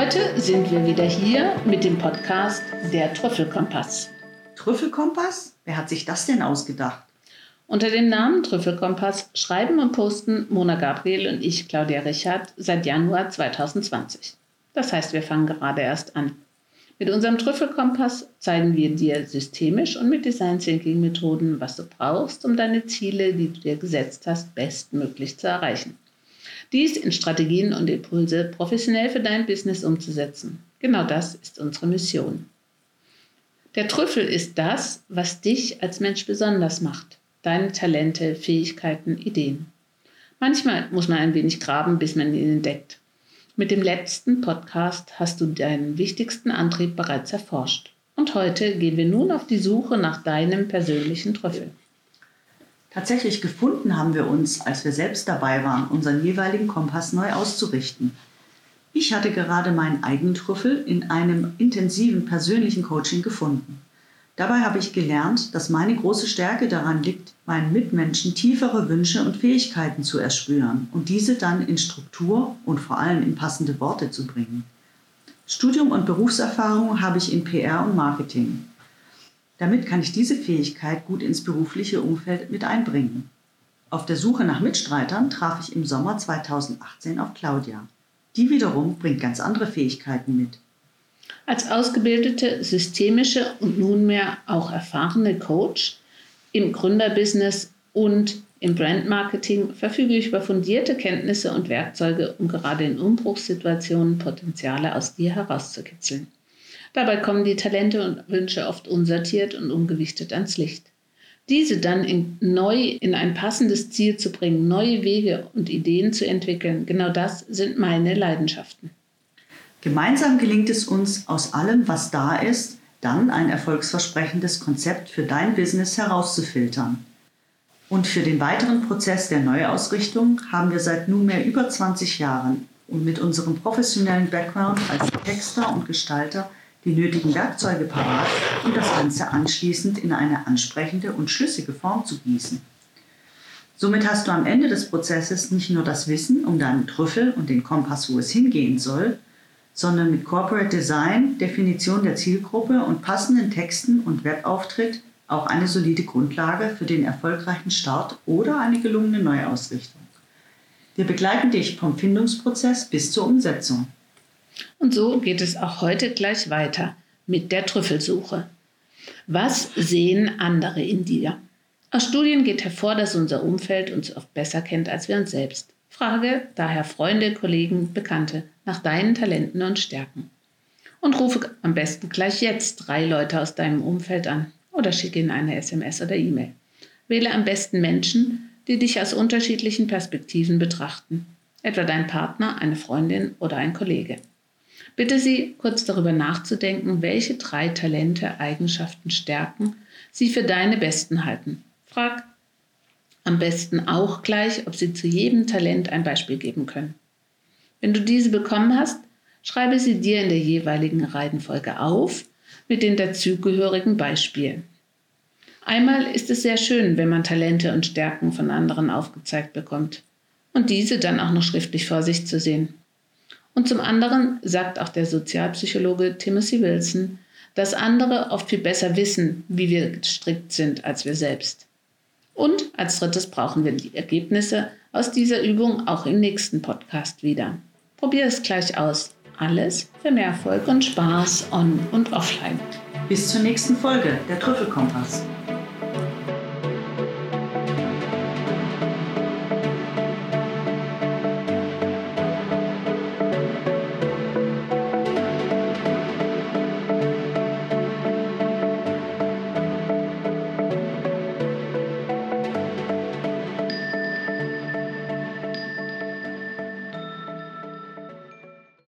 Heute sind wir wieder hier mit dem Podcast Der Trüffelkompass. Trüffelkompass? Wer hat sich das denn ausgedacht? Unter dem Namen Trüffelkompass schreiben und posten Mona Gabriel und ich, Claudia Richard, seit Januar 2020. Das heißt, wir fangen gerade erst an. Mit unserem Trüffelkompass zeigen wir dir systemisch und mit Design Thinking Methoden, was du brauchst, um deine Ziele, die du dir gesetzt hast, bestmöglich zu erreichen. Dies in Strategien und Impulse professionell für dein Business umzusetzen. Genau das ist unsere Mission. Der Trüffel ist das, was dich als Mensch besonders macht. Deine Talente, Fähigkeiten, Ideen. Manchmal muss man ein wenig graben, bis man ihn entdeckt. Mit dem letzten Podcast hast du deinen wichtigsten Antrieb bereits erforscht. Und heute gehen wir nun auf die Suche nach deinem persönlichen Trüffel. Tatsächlich gefunden haben wir uns, als wir selbst dabei waren, unseren jeweiligen Kompass neu auszurichten. Ich hatte gerade meinen eigenen Trüffel in einem intensiven persönlichen Coaching gefunden. Dabei habe ich gelernt, dass meine große Stärke daran liegt, meinen Mitmenschen tiefere Wünsche und Fähigkeiten zu erspüren und diese dann in Struktur und vor allem in passende Worte zu bringen. Studium und Berufserfahrung habe ich in PR und Marketing. Damit kann ich diese Fähigkeit gut ins berufliche Umfeld mit einbringen. Auf der Suche nach Mitstreitern traf ich im Sommer 2018 auf Claudia. Die wiederum bringt ganz andere Fähigkeiten mit. Als ausgebildete, systemische und nunmehr auch erfahrene Coach im Gründerbusiness und im Brandmarketing verfüge ich über fundierte Kenntnisse und Werkzeuge, um gerade in Umbruchssituationen Potenziale aus dir herauszukitzeln. Dabei kommen die Talente und Wünsche oft unsortiert und ungewichtet ans Licht. Diese dann neu in ein passendes Ziel zu bringen, neue Wege und Ideen zu entwickeln, genau das sind meine Leidenschaften. Gemeinsam gelingt es uns, aus allem, was da ist, dann ein erfolgsversprechendes Konzept für dein Business herauszufiltern. Und für den weiteren Prozess der Neuausrichtung haben wir seit nunmehr über 20 Jahren und mit unserem professionellen Background als Texter und Gestalter die nötigen Werkzeuge parat, um das Ganze anschließend in eine ansprechende und schlüssige Form zu gießen. Somit hast du am Ende des Prozesses nicht nur das Wissen um deinen Trüffel und den Kompass, wo es hingehen soll, sondern mit Corporate Design, Definition der Zielgruppe und passenden Texten und Webauftritt auch eine solide Grundlage für den erfolgreichen Start oder eine gelungene Neuausrichtung. Wir begleiten dich vom Findungsprozess bis zur Umsetzung. Und so geht es auch heute gleich weiter mit der Trüffelsuche. Was sehen andere in dir? Aus Studien geht hervor, dass unser Umfeld uns oft besser kennt als wir uns selbst. Frage daher Freunde, Kollegen, Bekannte nach deinen Talenten und Stärken. Und rufe am besten gleich jetzt 3 Leute aus deinem Umfeld an oder schicke ihnen eine SMS oder E-Mail. Wähle am besten Menschen, die dich aus unterschiedlichen Perspektiven betrachten, etwa dein Partner, eine Freundin oder ein Kollege. Bitte sie, kurz darüber nachzudenken, welche 3 Talente, Eigenschaften, Stärken sie für deine besten halten. Frag am besten auch gleich, ob sie zu jedem Talent ein Beispiel geben können. Wenn du diese bekommen hast, schreibe sie dir in der jeweiligen Reihenfolge auf mit den dazugehörigen Beispielen. Einmal ist es sehr schön, wenn man Talente und Stärken von anderen aufgezeigt bekommt und diese dann auch noch schriftlich vor sich zu sehen. Und zum anderen sagt auch der Sozialpsychologe Timothy Wilson, dass andere oft viel besser wissen, wie wir gestrickt sind, als wir selbst. Und als drittes brauchen wir die Ergebnisse aus dieser Übung auch im nächsten Podcast wieder. Probier es gleich aus. Alles für mehr Erfolg und Spaß on und offline. Bis zur nächsten Folge, der Trüffelkompass.